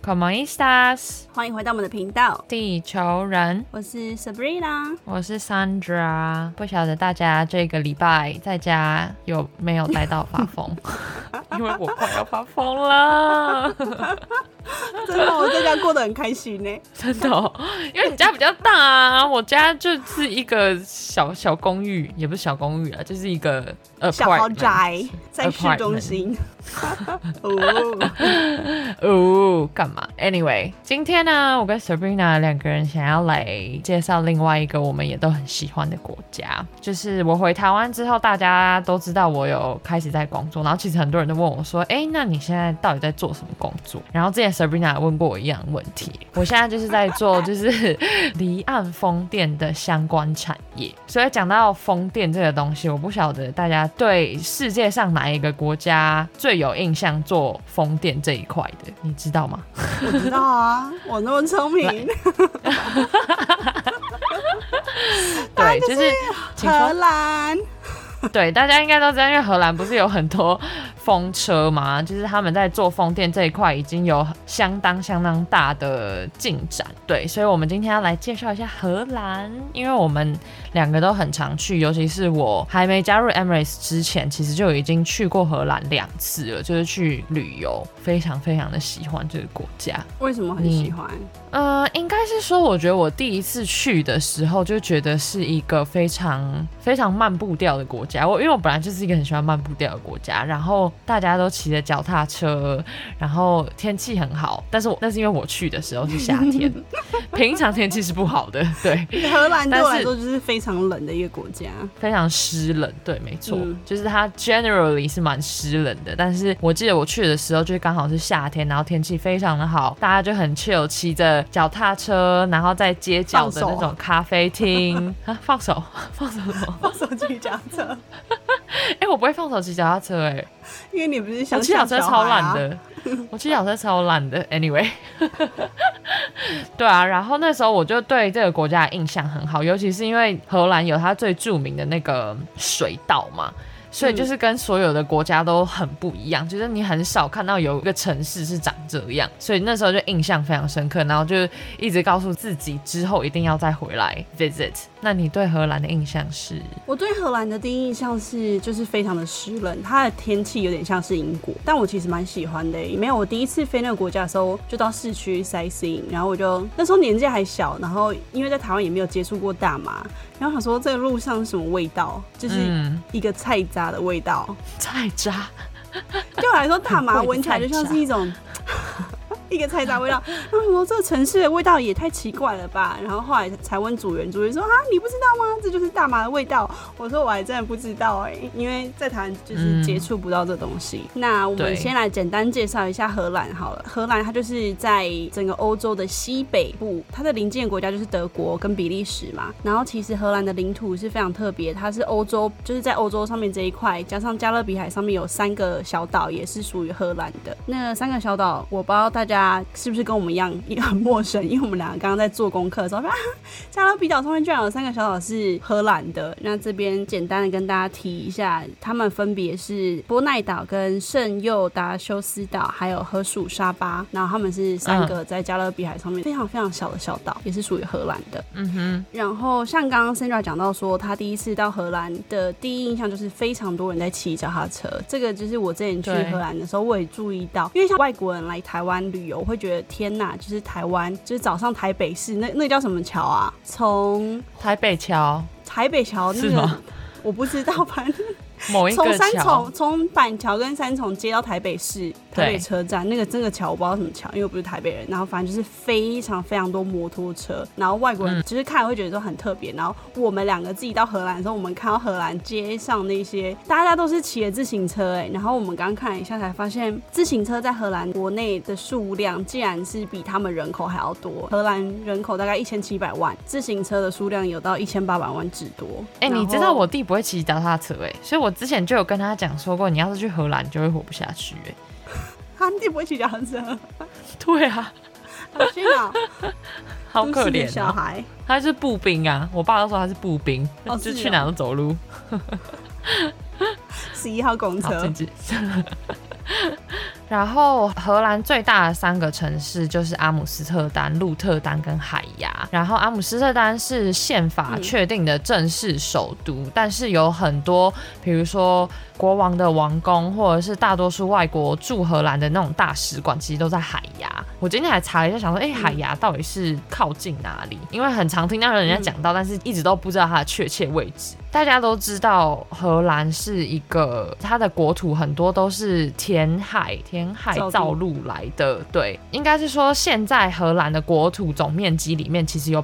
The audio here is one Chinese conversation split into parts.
Como estas？ 欢迎回到我们的频道， 地球人。 我是 Sabrina， 我是 Sandra。不晓得大家这个礼拜在家有没有待到发疯？因为我快要发疯了。 真的，我在家过得很开心呢。 真的哦，因为你家比较大啊，我家就是一个小公寓，也不是小公寓啊，就是一个小豪宅，在市中心。 干嘛 ？Anyway， 今天呢，我跟 Sabrina 两个人想要来介绍另外一个我们也都很喜欢的国家。就是我回台湾之后，大家都知道我有开始在工作，然后其实很多人都问我说：“那你现在到底在做什么工作？”然后之前 Sabrina 问过我一样问题，我现在就是在做就是离岸风电的相关产业。所以讲到风电这个东西，我不晓得大家对世界上哪一个国家最有印象做风电这一块的，你知道吗？ 我知道啊，我那么聪明。 对，就是荷兰。 对，大家应该都知道，因为荷兰不是有很多风车嘛，就是他们在做风电这一块已经有相当大的进展。对，所以我们今天要来介绍一下荷兰，因为我们两个都很常去，尤其是我还没加入 Emirates 之前，其实就已经去过荷兰2次了，就是去旅游，非常的喜欢这个国家。 为什么很喜欢？ 应该是说，我觉得我第一次去的时候就觉得是一个非常慢步调的国家。因为我本来就是一个很喜欢慢步调的国家，然后大家都骑着脚踏车，然后天气很好，但是因为我去的时候是夏天，平常天气是不好的。对， 荷兰对我来说就是非常冷的一个国家， 非常湿冷。对，没错，就是它 generally 是蛮湿冷的。但是我记得我去的时候就刚好是夏天，然后天气非常的好，大家就很 chill， 骑着脚踏车，然后在街角的那种咖啡厅放手什么？ 放手骑脚踏车。 我不会放手骑脚踏车因为你不是想我骑脚车超烂的，我骑脚车超烂的。Anyway， 对啊，然后那时候我就对这个国家的印象很好，尤其是因为荷兰有它最著名的那个水道嘛。所以就是跟所有的国家都很不一样，就是你很少看到有一个城市是长这样，所以那时候就印象非常深刻，然后就一直告诉自己之后一定要再回来 visit。 那你对荷兰的印象是？ 我对荷兰的第一印象是就是非常的湿冷，它的天气有点像是英国，但我其实蛮喜欢的。没有，我第一次飞那个国家的时候就到市区 sightseeing， 然后我就那时候年纪还小，然后因为在台湾也没有接触过大麻，然后想说这个路上是什么味道，就是一个菜渣的味道。 菜渣对我来说，大麻闻起来就像是一种一个菜渣味道。然后我说这个城市的味道也太奇怪了吧。然后后来才问主人，主人说啊，你不知道吗？这就是大麻的味道。我说我还真的不知道因为在台湾就是接触不到这东西。那我们先来简单介绍一下荷兰好了。荷兰它就是在整个欧洲的西北部，它的邻近的国家就是德国跟比利时嘛。然后其实荷兰的领土是非常特别，它是欧洲，就是在欧洲上面这一块，加上加勒比海上面有3个小岛也是属于荷兰的。那3个小岛我不知道大家是不是跟我们一样很陌生，因为我们两个刚刚在做功课的时候说加勒比岛上面居然有3个小岛是荷兰的。那这边简单的跟大家提一下，他们分别是波奈岛跟圣佑达修斯岛还有荷属沙巴，然后他们是3个在加勒比海上面非常小的小岛，也是属于荷兰的。然后像刚刚 Sandra 讲到说他第一次到荷兰的第一印象就是非常多人在骑脚踏车，这个就是我之前去荷兰的时候我也注意到，因为像外国人来台湾旅游我会觉得天哪，就是台湾就是早上台北市那叫什么桥啊，从台北桥那个我不知道，反正某一个桥， 从板桥跟三重接到台北市台北车站，那个真的桥我不知道什么桥，因为我不是台北人。然后反正就是非常多摩托车，然后外国人就是看了会觉得说很特别。然后我们两个自己到荷兰的时候，我们看到荷兰街上那些大家都是骑的自行车然后我们刚刚看了一下才发现，自行车在荷兰国内的数量竟然是比他们人口还要多。荷兰人口大概1700万，自行车的数量有到1800万之多。 你知道我弟不会骑脚踏车所以我之前就有跟他讲说过，你要是去荷兰你就会活不下去他弟不会骑脚踏车？ 对啊， 好幸啊， 好可怜小孩。 他是步兵啊，我爸都说他是步兵，就去哪都走路。 11号公车。 然后荷兰最大的3个城市就是阿姆斯特丹、鹿特丹跟海牙。然后阿姆斯特丹是宪法确定的正式首都，但是有很多比如说国王的王宫或者是大多数外国驻荷兰的那种大使馆其实都在海牙。我今天还查了一下，想说海牙到底是靠近哪里，因为很常听到人家讲到，但是一直都不知道它的确切位置。大家都知道荷兰是一个它的国土很多都是填海造陆来的，对，应该是说现在荷兰的国土总面积里面其实有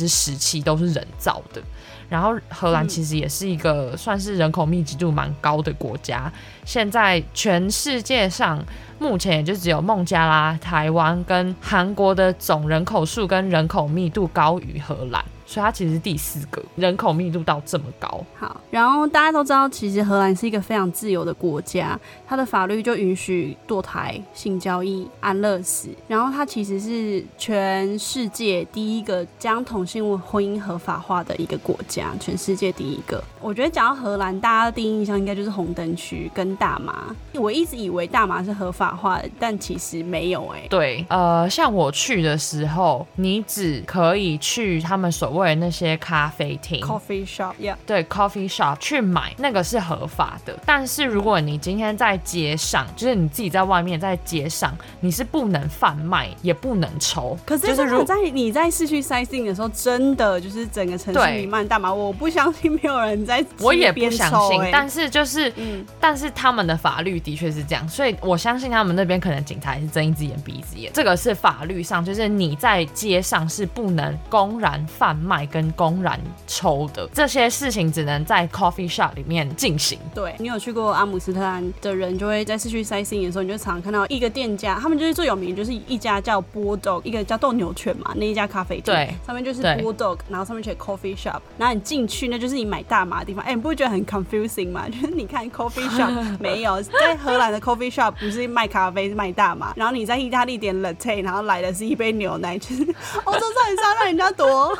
17%都是人造的。然后荷兰其实也是一个算是人口密集度蛮高的国家，现在全世界上目前也就只有孟加拉、台湾跟韩国的总人口数跟人口密度高于荷兰，所以它其实是第4个，人口密度到这么高。 好，然后大家都知道，其实荷兰是一个非常自由的国家，它的法律就允许堕胎、性交易、安乐死，然后它其实是全世界第一个将同性婚姻合法化的一个国家，全世界第一个。我觉得讲到荷兰，大家的第一印象应该就是红灯区跟大麻。我一直以为大麻是合法化的，但其实没有对，像我去的时候，你只可以去他们所谓的那些咖啡厅 ，coffee shop， 对 ，coffee shop 去买，那个是合法的。但是如果你今天在街上，就是你自己在外面在街上，你是不能贩卖，也不能抽。 可是就是你在市区 sightseeing 的时候，真的就是整个城市弥漫大麻，我不相信没有人在街边抽。 我也不相信，但是就是，但是他们的法律的确是这样，所以我相信他们那边可能警察也是睁一只眼闭一只眼。这个是法律上，就是你在街上是不能公然贩卖跟公然抽的，这些事情只能在 coffee shop 里面进行。 对，你有去过阿姆斯特丹的人，就会在市区 sightseeing 的时候，你就常常看到一个店家，他们就是最有名，就是一家叫 Bulldog， 一个叫斗牛犬嘛，那一家咖啡店，对，上面就是 Bulldog， 然后上面写 coffee shop， 然后你进去那就是你买大麻的地方。你不会觉得很 confusing 吗？就是你看 coffee shop 没有，在荷兰的 coffee shop 不是卖咖啡，是卖大麻。然后你在意大利点 latte， 然后来的是一杯牛奶，就是欧洲到底是要让人家多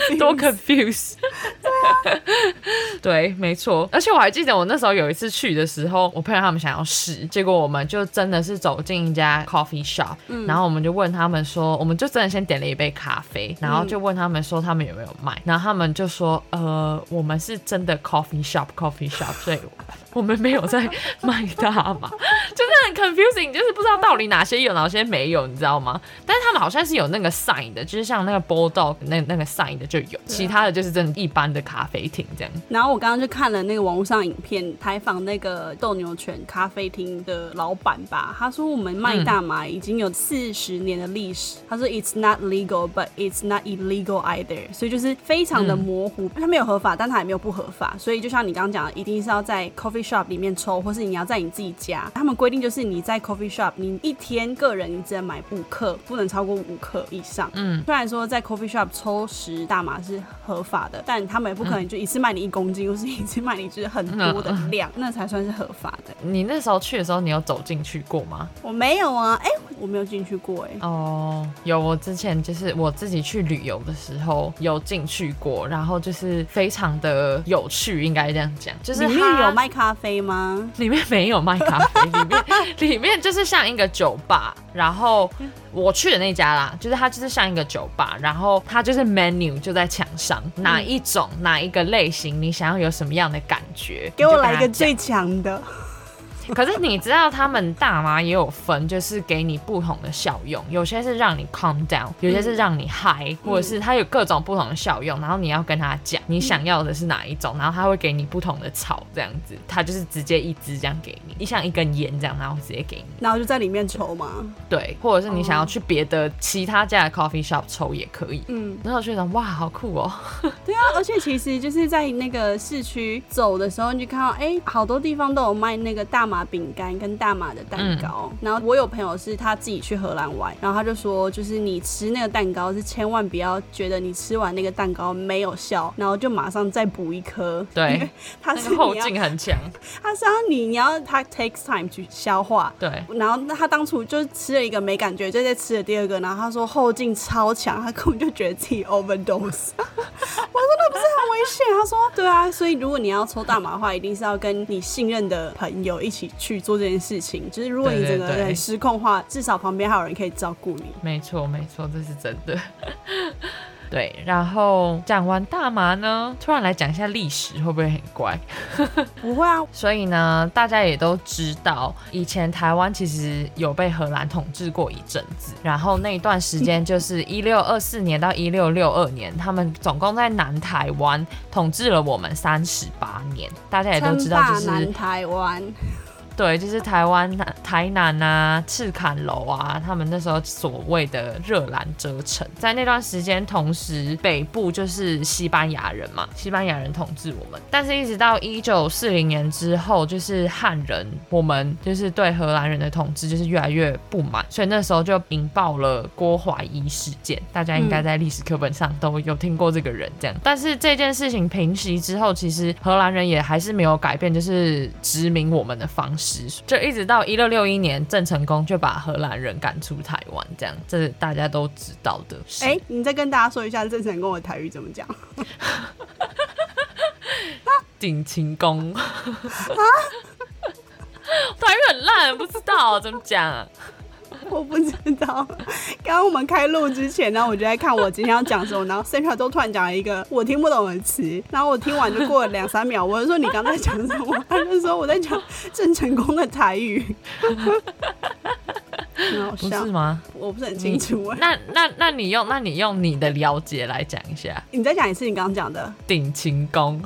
confuse 对啊，对，没错。而且我还记得我那时候有一次去的时候，我朋友他们想要试，结果我们就真的是走进一家 coffee shop，然后我们就问他们说，我们就真的先点了一杯咖啡，然后就问他们说他们有没有卖，然后他们就说我们是真的 coffee shop， 所以我们没有在卖大麻，就是很 confusing， 就是不知道到底哪些有哪些没有，你知道吗？但是他们好像是有那个 sign 的，就是像那个 Bulldog 那个 sign 的就有，其他的就是真的一般的咖啡厅这样。 然后我刚刚就看了那个网络上影片，采访那个斗牛犬咖啡厅的老板吧，他说我们卖大麻已经有40年的历史，他说 it's not legal but it's not illegal either， 所以就是非常的模糊，它没有合法，但它也没有不合法，所以就像你刚刚讲的，一定是要在 coffee shop 里面抽，或是你要在你自己家，他们规定就是你在 coffee shop， 你一天个人你只能买5克，不能超过5克以上。虽然说在 coffee shop 抽食大麻是合法的，但他们也不可能就一次卖你1公斤，或是一次卖你就是很多的量，那才算是合法的。 你那时候去的时候，你有走进去过吗？ 我没有啊，我没有进去过有，我之前就是我自己去旅游的时候有进去过，然后就是非常的有趣，应该这样讲。就是里面有卖咖啡吗？ 里面没有卖咖啡，里面就是像一个酒吧，然后我去的那家啦，就是它就是像一个酒吧，然后它就是 menu 就在墙上，哪一种哪一个类型，你想要有什么样的感觉， 给我来一个最强的。 可是你知道他们大麻也有分，就是给你不同的效用，有些是让你 calm down， 有些是让你 high，或者是它有各种不同的效用，然后你要跟他讲你想要的是哪一种，然后他会给你不同的草这样子，他就是直接一支这样给你，像一根烟这样，然后直接给你， 然后就在里面抽吗？ 对，或者是你想要去别的其他家的 coffee shop 抽也可以。然后我觉得哇好酷哦。 对啊，而且其实就是在那个市区走的时候，你就看到好多地方都有卖那个大麻饼干跟大麻的蛋糕，然后我有朋友是他自己去荷兰玩，然后他就说就是你吃那个蛋糕是千万不要觉得你吃完那个蛋糕没有效，然后就马上再补一颗， 对， 它是那个后劲很强， 它是它 takes time 去消化， 对， 然后他当初就吃了一个没感觉，就在吃了第2个，然后他说后劲超强，他根本就觉得自己 overdose。 那不是很危险？他说对啊，所以如果你要抽大麻的话，一定是要跟你信任的朋友一起去做这件事情。就是如果你整个人失控的话，至少旁边还有人可以照顾你。 没错没错，这是真的。对，然后讲完大麻呢，突然来讲一下历史，会不会很怪？ 不会啊。 所以呢，大家也都知道，以前台湾其实有被荷兰统治过一阵子，然后那一段时间就是1624年到1662年，他们总共在南台湾统治了我们38年。大家也都知道，就是南台湾。 对，就是台湾、台南啊、赤坎楼啊，他们那时候所谓的热兰遮城，在那段时间，同时北部就是西班牙人嘛，西班牙人统治我们。但是，一直到1940年之后，就是汉人，我们就是对荷兰人的统治就是越来越不满，所以那时候就引爆了郭怀一事件。大家应该在历史课本上都有听过这个人这样。但是这件事情平息之后，其实荷兰人也还是没有改变，就是殖民我们的方式。就一直到1661年，郑成功就把荷兰人赶出台湾，这样，这是大家都知道的事。 你再跟大家说一下郑成功的台语怎么讲？ 顶清宫。台语很烂，不知道怎么讲啊。 我不知道，刚刚我们开录之前，然后我就在看我今天要讲什么，然后 Sandra 都突然讲了一个我听不懂的词，然后我听完就过了2-3秒，我就说你刚才讲什么？他就说我在讲郑成功的台语。很好笑。 不是吗？ 我不是很清楚。 那你用你的了解来讲一下。 你再讲一次你刚刚讲的。 顶清宫。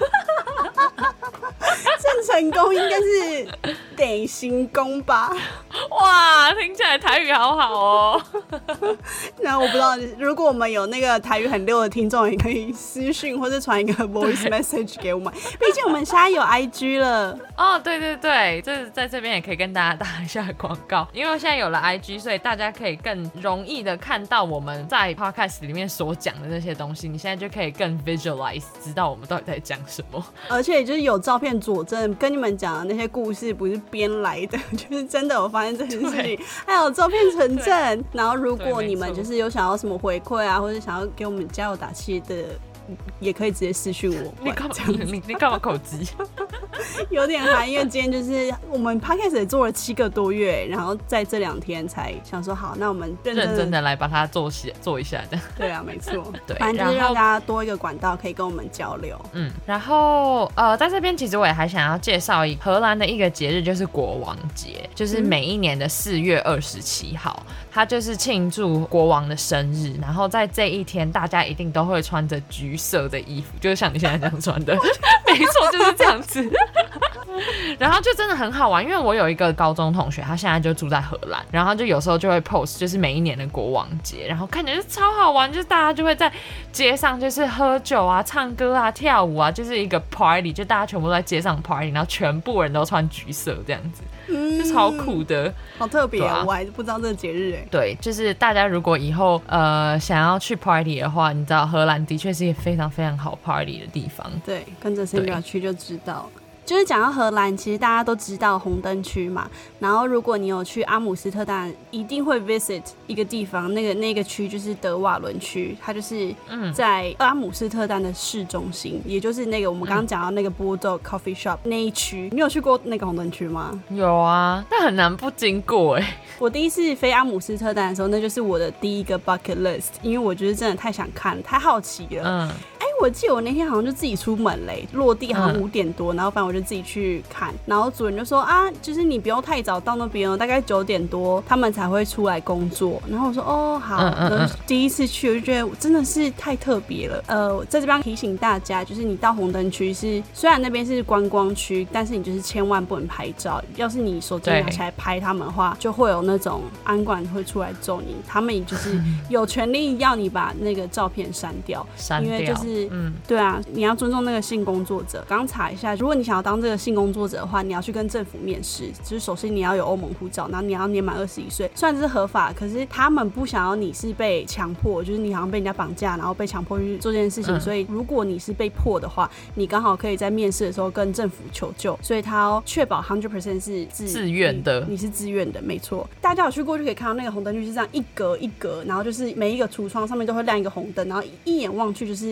郑成功应该是顶新宫吧？ 哇，听起来台语好好哦。 那我不知道，如果我们有那个台语很溜的听众，也可以私讯或者传一个 voice message 给我们。毕竟我们现在有 IG 了。 哦，对对对，这在这边也可以跟大家打一下广告，因为现在有了 IG， 所以大家可以更容易的看到我们在 podcast 里面所讲的那些东西。你现在就可以更 visualize 知道我们到底在讲什么， 而且就是有照片佐证，跟你们讲的那些故事不是编来的，就是真的有发生这件事情，还有照片存证。然后如果你们就是有想要什么回馈啊，或者想要给我们加油打气的，也可以直接私讯我。 你干嘛口急？ 有点嗨，因为今天就是我们 podcast 也做了7个多月，然后在这2天才想说好，那我们认真的来把它做一下的。 对啊，没错。 对， 反正就是让大家多一个管道可以跟我们交流。 然后在这边其实我也还想要介绍荷兰的一个节日，就是国王节，就是每一年的4月27号，它就是庆祝国王的生日。然后在这一天，大家一定都会穿着橘色的衣服，就是像你现在这样穿的。没错，就是这样子。然后就真的很好玩，因为我有一个高中同学，他现在就住在荷兰，然后就有时候就会 post 就是每一年的国王节，然后看起来就超好玩，就是大家就会在街上就是喝酒啊、唱歌啊、跳舞啊，就是一个 party， 就大家全部都在街上 party， 然后全部人都穿橘色这样子。就超酷的， 好特别啊！我还不知道这个节日对，就是大家如果以后想要去 party 的话，你知道荷兰的确是一个非常非常好 party 的地方。 对，跟着 Sandra 去就知道。就是讲到荷兰，其实大家都知道红灯区嘛。然后如果你有去阿姆斯特丹，一定会 visit 一个地方，那个区就是德瓦伦区，它就是在阿姆斯特丹的市中心，也就是那个我们刚刚讲到那个 Bulldog Coffee Shop 那一区。你有去过那个红灯区吗？ 有啊，但很难不经过我第一次飞阿姆斯特丹的时候，那就是我的第一个 bucket list， 因为我就是真的太想看，太好奇了。我记得我那天好像就自己出门落地好像5点多，然后反正我就自己去看，然后主人就说啊，就是你不用太早到那边哦，大概9点多他们才会出来工作。然后我说哦好，然后第一次去我就觉得真的是太特别了。在这边提醒大家，就是你到红灯区是虽然那边是观光区，但是你就是千万不能拍照，要是你手机拿起来拍他们的话，就会有那种安管会出来揍你，他们也就是有权利要你把那个照片删掉，因为就是对啊，你要尊重那个性工作者。刚查一下，如果你想要当这个性工作者的话，你要去跟政府面试，就是首先你要有欧盟护照，然后你要年满21岁，虽然这是合法，可是他们不想要你是被强迫，就是你好像被人家绑架，然后被强迫去做这件事情。所以如果你是被迫的话，你刚好可以在面试的时候跟政府求救，所以他要确保 100% 是自愿的，你是自愿的，没错。大家有去过就可以看到那个红灯区是这样一格一格，然后就是每一个橱窗上面都会亮一个红灯，然后一眼望去就是红红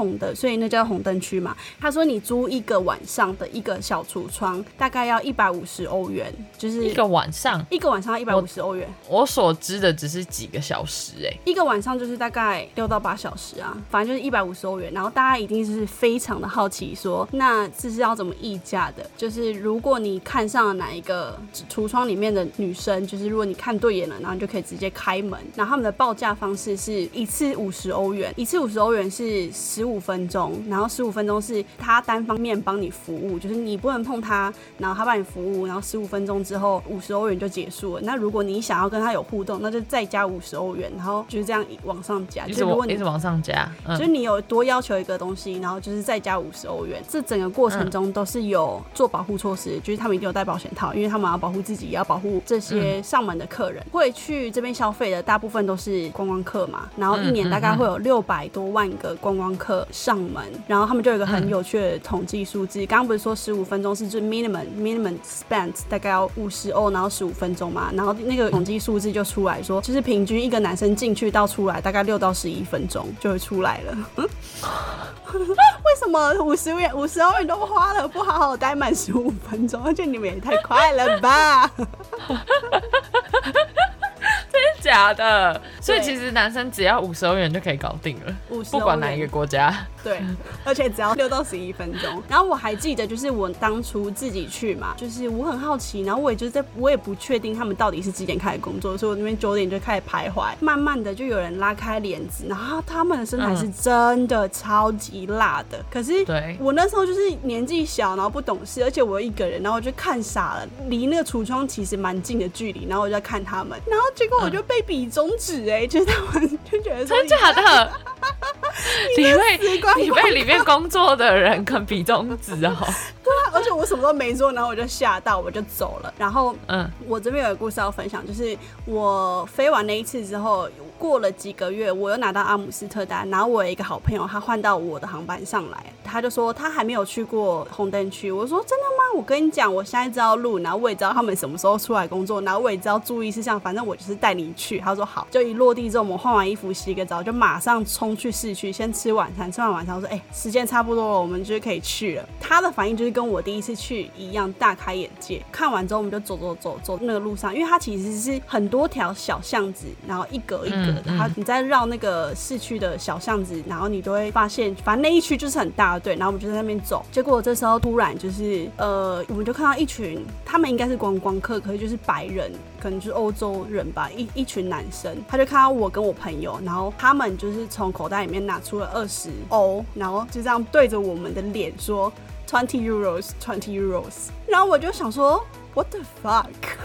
通的，所以那叫红灯区嘛。他说你租一个晚上的一个小橱窗大概要150欧元，就是一个晚上要150欧元。 我所知的只是几个小时一个晚上就是大概6到8小时啊，反正就是150欧元。然后大家一定是非常的好奇说，那这是要怎么议价的？就是如果你看上了哪一个橱窗里面的女生，就是如果你看对眼了，然后你就可以直接开门。然后他们的报价方式是一次50欧元，一次50欧元是15分钟，然后15分钟是他单方面帮你服务，就是你不能碰他，然后他帮你服务，然后15分钟之后50欧元就结束了。那如果你想要跟他有互动，那就再加50欧元，然后就是这样往上加， 一直往上加， 就是你有多要求一个东西，然后就是再加50欧元。这整个过程中都是有做保护措施，就是他们一定有带保险套，因为他们要保护自己，也要保护这些上门的客人。会去这边消费的大部分都是观光客嘛，然后一年大概会有600多万个观光客上门，然后他们就有一个很有趣的统计数字。刚刚不是说15分钟是最 minimum spend 大概要50欧，然后15分钟嘛，然后那个统计数字就出来说，就是平均一个男生进去到出来大概6到11分钟就会出来了。为什么50欧元都花了，不好好待满15分钟？而且你们也太快了吧！ 真的假的？所以其实男生只要50欧元就可以搞定了，不管哪一个国家。 对，而且只要6到11分钟。然后我还记得，就是我当初自己去嘛，就是我很好奇，然后我也不确定他们到底是几点开始工作，所以我那边9点就开始徘徊。慢慢的就有人拉开帘子，然后他们的身材是真的超级辣的。可是我那时候就是年纪小，然后不懂事，而且我一个人，然后我就看傻了，离那个橱窗其实蛮近的距离，然后我就在看他们，然后结果我就被比中指就是他们就觉得说真假的。你被里面工作的人肯比中指哦。 对啊，而且我什么都没做，然后我就吓到，我就走了。然后我这边有个故事要分享，就是我飞完那一次之后，过了几个月，我又拿到阿姆斯特丹，然后我有一个好朋友，他换到我的航班上来，他就说他还没有去过红灯区。我说真的吗？我跟你讲，我现在知道路，然后我也知道他们什么时候出来工作，然后我也知道注意事项，反正我就是带你去。他说好，就一落地之后，我们换完衣服洗个澡，就马上冲去市区，先吃晚餐。吃完晚餐，我说时间差不多了，我们就可以去了。他的反应就是跟我第一次去一样，大开眼界。看完之后，我们就走那个路上，因为它其实是很多条小巷子，然后一格一格的。你在绕那个市区的小巷子，然后你都会发现，反正那一区就是很大的队，然后我们就在那边走。结果这时候突然就是我们就看到一群，他们应该是观光客，可是就是白人，可能就是欧洲人吧，一群男生。他就看到我跟我朋友，然后他们就是从口袋里面拿出了20欧，然后就这样对着我们的脸说20 euros。然后我就想说 what the fuck。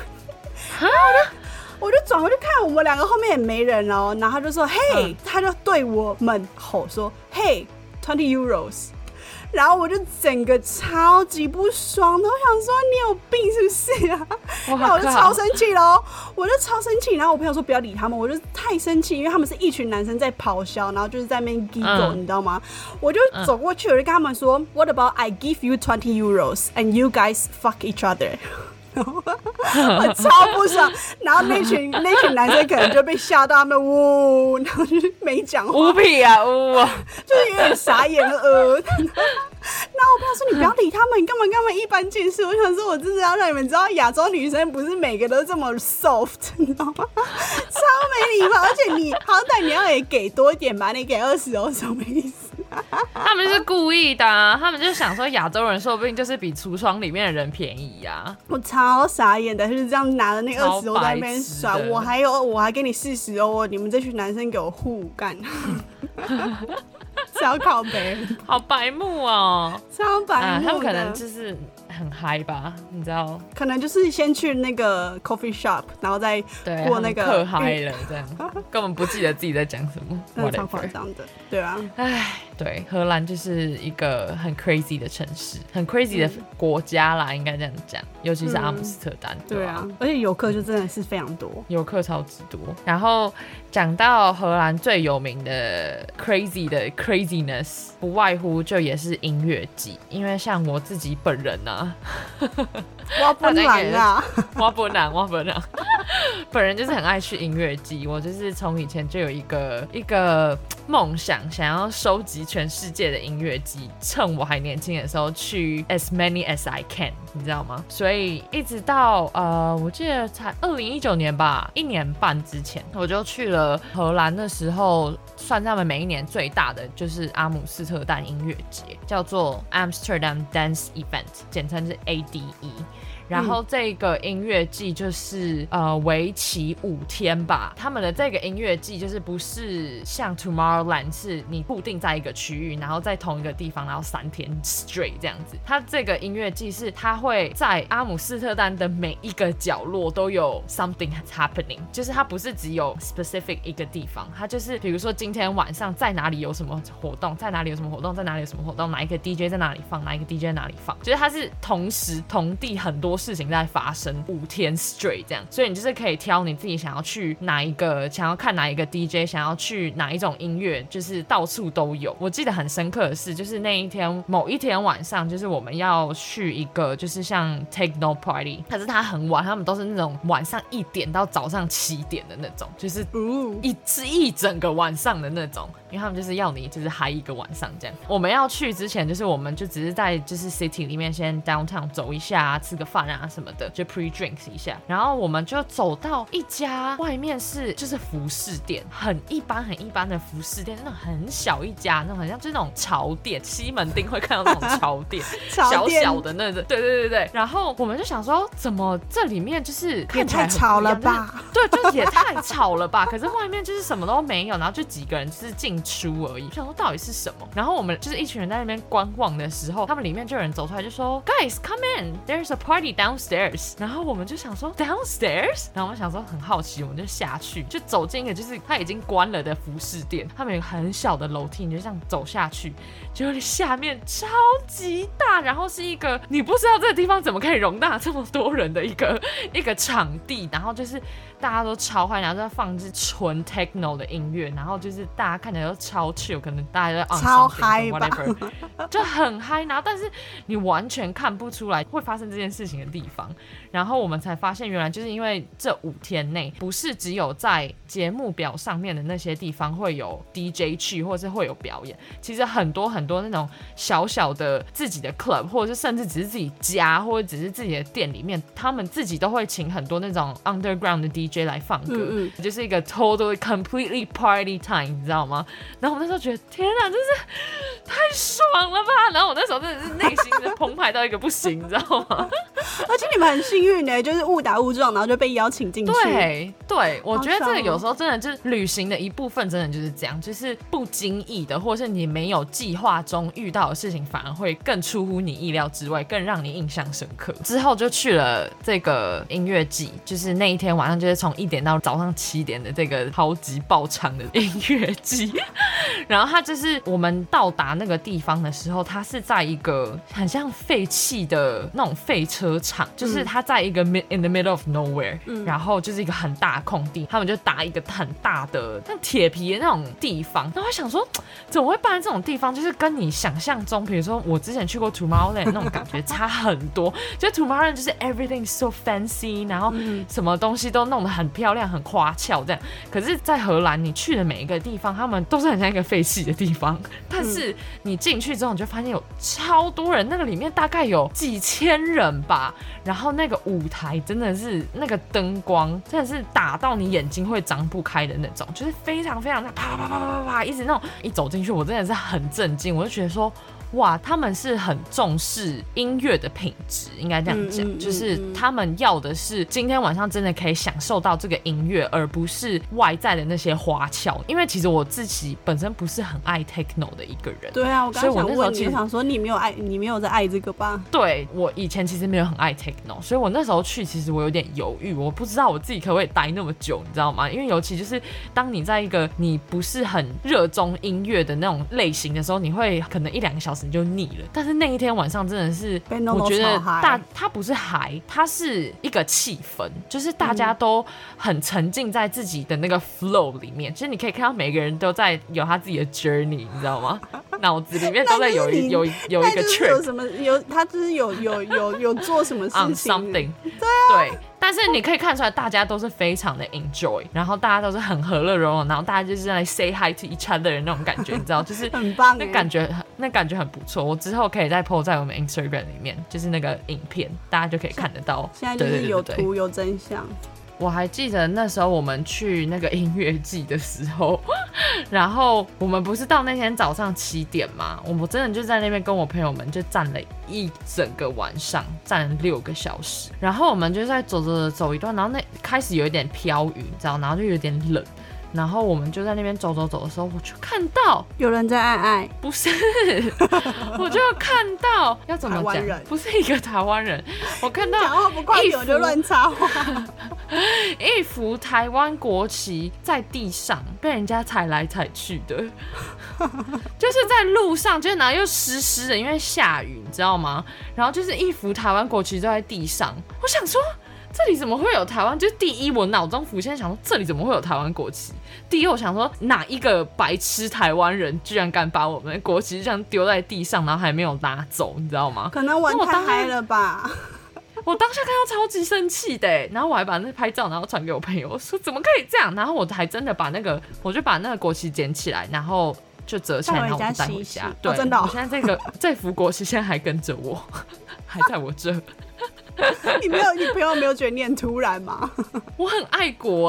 我就转过去看，我们两个后面也没人哦，然后他就说嘿，他就对我们吼说嘿20 euros。然后我就整个超级不爽的，我想说你有病是不是啊？然后我就超生气咯，然后我朋友说不要理他们，我就太生气，因为他们是一群男生在咆哮，然后就是在那边 giggle，你知道吗？我就走过去，我就跟他们说 What about I give you 20 euros and you guys fuck each other？我超不爽，然后那群男生可能就被吓到，他们呜，然后就是没讲话， 无屁啊，呜啊， 就是有点傻眼了然后我朋友说你不要理他们，你干嘛一般见识。我想说我真的要让你们知道，亚洲女生不是每个都这么 soft， 你知道吗？超没礼貌，而且你好歹你要也给多一点吧，你给20欧什么意思？ 他们是故意的他们就想说亚洲人说不定就是比橱窗里面的人便宜我超傻眼的，就是这样拿着那20欧在那边甩，我还给你40欧你们这群男生给我互干。超靠北， 好白目哦， 超白目他们可能就是很嗨吧，你知道？可能就是先去那个 coffee shop， 然后再过那个嗑嗨了，这样根本不记得自己在讲什么， 那超夸张的，对啊。 对，荷兰就是一个很 crazy 的城市，很 crazy 的国家啦，应该这样讲，尤其是阿姆斯特丹。 对啊，而且游客就真的是非常多， 游客超级多。然后讲到荷兰最有名的 crazy 的 craziness， 不外乎就也是音乐季，因为像我自己本人我不能本人就是很爱去音乐季。我就是从以前就有一个梦想要收集全世界的音乐季，趁我还年轻的时候去 as many as I can， 你知道吗？所以一直到我记得才2019年吧，1年半之前，我就去了荷兰的时候，算他们每一年最大的就是阿姆斯特丹音乐节，叫做 Amsterdam Dance Event， 简称是 ADE。然后这个音乐季就是为期5天吧。他们的这个音乐季就是不是像 Tomorrowland 是你固定在一个区域，然后在同一个地方，然后3天 straight 这样子。它这个音乐季是它会在阿姆斯特丹的每一个角落都有 something happening， 就是它不是只有 specific 一个地方，它就是比如说今天晚上在哪里有什么活动，在哪里有什么活动，在哪里有什么活动，哪一个 DJ 在哪里放，哪一个 DJ 在哪里放，就是它是同时同地很多事情在发生5天 straight 这样，所以你就是可以挑你自己想要去哪一个，想要看哪一个 DJ， 想要去哪一种音乐，就是到处都有。我记得很深刻的是，就是那一天某一天晚上，就是我们要去一个就是像 techno party， 可是它很晚，他们都是那种晚上1点到早上7点的那种，就是一整个晚上的那种，因为他们就是要你就是嗨一个晚上这样。我们要去之前，就是我们就只是在就是 city 里面先 downtown 走一下，吃个饭啊什么的，就 pre drinks 一下，然后我们就走到一家外面是就是服饰店，很一般的服饰店，那种很小一家，那种很像就是那种潮店，西门町会看到那种潮店小小的那种，对，然后我们就想说，怎么这里面就是看起来很太吵了吧？ 对，就也太吵了吧？可是外面就是什么都没有，然后就几个人就是进出而已，想说到底是什么？然后我们就是一群人在那边观望的时候，他们里面就有人走出来就说 ，Guys, come in, there's a party downstairs。然后我们就想说 downstairs， 然后我们想说很好奇，我们就下去，就走进一个就是它已经关了的服饰店，他们有一个很小的楼梯，你就这样走下去，结果下面超级大，然后是一个你不知道这个地方怎么可以容纳这么多人的一个场地，然后就是大家都超嗨，然后在放是纯 techno 的音乐，然后就是大家看起来都超 chill， 可能大家都 on 超嗨吧， 就很嗨，然后但是你完全看不出来会发生这件事情的地方，然后我们才发现原来就是因为这5天内不是只有在节目表上面的那些地方会有 DJ 去或是会有表演，其实很多那种小小的自己的 club， 或者是甚至只是自己家或者只是自己的店里面，他们自己都会请很多那种 underground 的 DJ 来放歌，就是一个 totally completely party time， 你知道吗？然后我那时候觉得天啊，真是太爽了吧！然后我那时候真的是内心的澎湃到一个不行，你知道吗？ 而且你们很幸运呢，就是误打误撞，然后就被邀请进去。 对，我觉得这个有时候真的就是旅行的一部分，真的就是这样，就是不经意的，或是你没有计划中遇到的事情，反而会更出乎你意料之外，更让你印象深刻。之后就去了这个音乐季，就是那一天晚上就是从1点到早上7点的这个超级爆场的音乐季。然后它就是我们到达那个地方的时候，它是在一个很像废弃的那种废车场，就是它在一个 in the middle of nowhere，然后就是一个很大的空地，他们就打一个很大的像铁皮的那种地方。然后我想说，怎么会办在这种地方？就是跟你想象中，比如说我之前去过 Tomorrowland 那种感觉差很多。就 Tomorrowland 就是 everything so fancy， 然后什么东西都弄得很漂亮、很花俏这样。可是，在荷兰你去的每一个地方，他们都是很像一个废弃的地方。但是你进去之后，你就发现有超多人，那个里面大概有几千人吧。然后那个舞台真的是那个灯光真的是打到你眼睛会张不开的那种，就是非常非常的啪啪啪啪啪，一直那种一走进去，我真的是很震惊，我就觉得说。哇，他们是很重视音乐的品质，应该这样讲，就是他们要的是今天晚上真的可以享受到这个音乐，而不是外在的那些花俏。因为其实我自己本身不是很爱 techno 的一个人。 对啊，我刚刚想问你，我想说你没有在爱这个吧？ 对，我以前其实没有很爱 techno， 所以我那时候去，其实我有点犹豫，我不知道我自己可不可以待那么久，你知道吗？因为尤其就是当你在一个你不是很热衷音乐的那种类型的时候，你会可能1-2个小时你就腻了。但是那一天晚上真的是，我觉得它不是嗨，它是一个气氛，就是大家都很沉浸在自己的那个 flow 里面，就是你可以看到每个人都在有他自己的 journey， 你知道吗？脑子里面都在有一个 trick， 有什么他就是有做什么事情 on something， 对。 但是你可以看出来，大家都是非常的 enjoy， 然后大家都是很和乐融融，然后大家就是在 say hi to each other 的那种感觉，你知道，就是很棒， 那感觉很不错。我之后可以再 po 在我们 Instagram 里面，就是那个影片，大家就可以看得到。 现在就是有图有真相。 我还记得那时候我们去那个音乐季的时候，然后我们不是到那天早上7点吗？我们真的就在那边跟我朋友们就站了一整个晚上，站了6个小时。然后我们就在走一段，然后那开始有一点飘雨，你知道，然后就有点冷。然后我们就在那边走的时候，我就看到有人在爱爱， 不是，我就看到要怎么讲，不是一个台湾人，我看到讲话不快点我就乱插话， 一幅台湾国旗在地上被人家踩来踩去的，就是在路上，就是然后又湿的，因为下雨，你知道吗？然后就是一幅台湾国旗就在地上，我想说。这里怎么会有台湾？就是第一，我脑中浮现想说这里怎么会有台湾国旗？第二，我想说哪一个白痴台湾人居然敢把我们的国旗这样丢在地上，然后还没有拿走，你知道吗？ 可能玩太嗨了吧。 我当下看到超级生气的，然后我还把那拍照，然后传给我朋友，说怎么可以这样？然后我还真的把我就把那个国旗捡起来，然后就折起来，然后我就带回家。对， 真的。 我现在这幅国旗现在还跟着我，还在我这。 你朋友没有觉得你很突然吗？ 我很爱国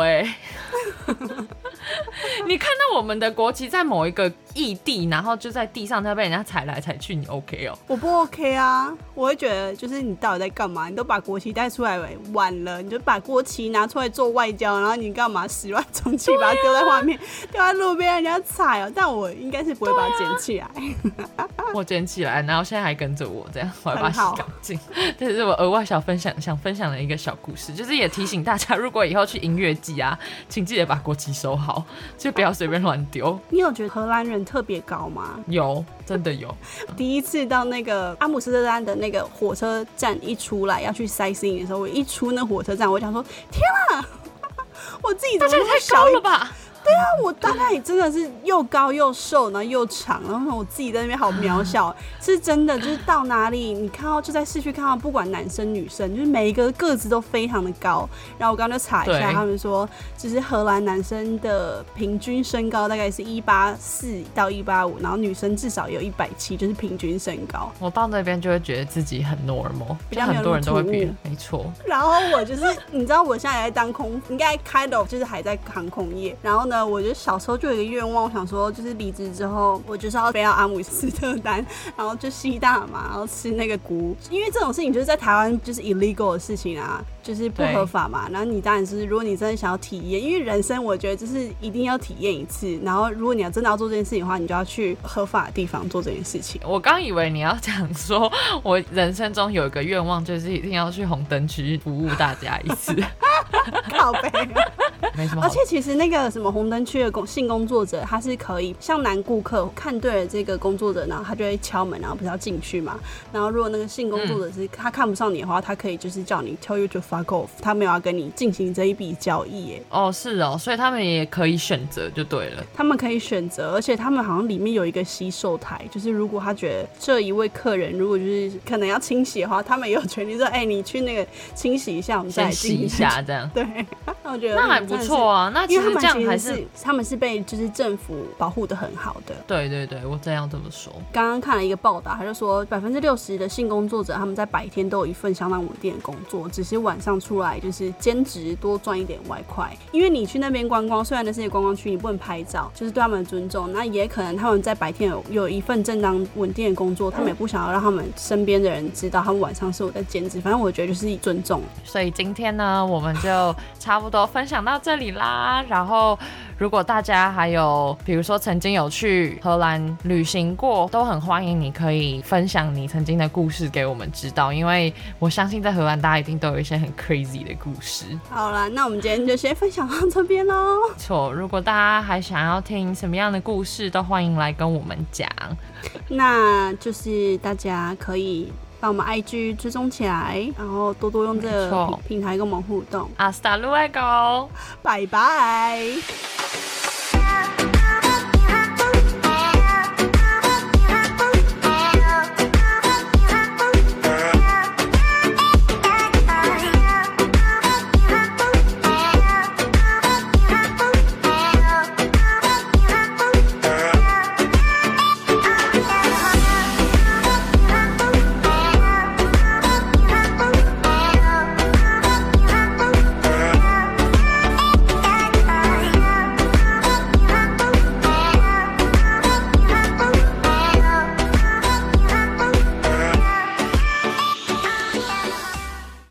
你看到我们的国旗在某一个异地，然后就在地上，它被人家踩来踩去，你 OK 哦？ 我不 OK 啊！我会觉得就是你到底在干嘛？你都把国旗带出来晚了，你就把国旗拿出来做外交，然后你干嘛始乱终弃，把它丢在外面，丢在路边，人家踩哦。但我应该是不会把它捡起来。 我捡起来，然后现在还跟着我，这样我还把它洗干净。这是我额外想分享的一个小故事，就是也提醒大家，如果以后去音乐季啊，请记得把国旗收好，就不要随便乱丢。 你有觉得荷兰人特别高吗？ 有，真的有。 第一次到那个阿姆斯特丹的那个火车站一出来要去 sightseeing 的时候，我一出那火车站，我想说天啊，我自己怎么那么太高了吧？ 对啊，我大概真的是又高又瘦，然后又长，然后我自己在那边好渺小，是真的，就是到哪里你看到就在市区看到，不管男生女生，就是每一个个子都非常的高。然后我刚刚就查一下，他们说，就是荷兰男生的平均身高大概是184到185，然后女生至少有170，就是平均身高。 我到那边就会觉得自己很 normal， 比较没有那么突兀， 很多人都会比，没错。 然后我就是，你知道我现在也在当应该 kind of 就是还在航空业，然后呢。我觉得小时候就有一个愿望，我想说就是离职之后，我就是要飞到阿姆斯特丹，然后就吸大麻，然后吃那个菇，因为这种事情就是在台湾就是 illegal 的事情啊，就是不合法嘛。然后你当然是，如果你真的想要体验，因为人生我觉得就是一定要体验一次。然后如果你要真的要做这件事情的话，你就要去合法的地方做这件事情。 我刚以为你要讲说，我人生中有一个愿望，就是一定要去红灯区服务大家一次。 靠北。 没什么。 而且其实那个什么红灯区的性工作者，他是可以像男顾客看对了这个工作者，然后他就会敲门，然后不是要进去嘛。然后如果那个性工作者是他看不上你的话，他可以就是叫你 tell you to fuck off， 他没有要跟你进行这一笔交易耶。 哦，是哦，所以他们也可以选择就对了。 他们可以选择，而且他们好像里面有一个洗手台，就是如果他觉得这一位客人如果就是可能要清洗的话，他们也有权利说，你去那个清洗一下，我们再来洗一下这样。 对，我觉得那还不错啊。那其实这样还是他们是被就是政府保护的很好的。 对对对，我真要这么说。 刚刚看了一个报道，他就说60%的性工作者他们在白天都有一份相当稳定的工作，只是晚上出来就是兼职多赚一点外快。因为你去那边观光，虽然那是一个观光区，你不能拍照，就是对他们的尊重。那也可能他们在白天有一份正当稳定的工作，他们也不想要让他们身边的人知道他们晚上是有在兼职。反正我觉得就是尊重。 所以今天呢，我们就差不多分享到这里啦。然后如果大家还有比如说曾经有去荷兰旅行过，都很欢迎你可以分享你曾经的故事给我们知道，因为我相信在荷兰大家一定都有一些很 crazy 的故事。 好啦，那我们今天就先分享到这边咯。 错，如果大家还想要听什么样的故事，都欢迎来跟我们讲。 那就是大家可以把我们 IG 追踪起来，然后多多用这个平台跟我们互动。 Hasta luego， 拜拜。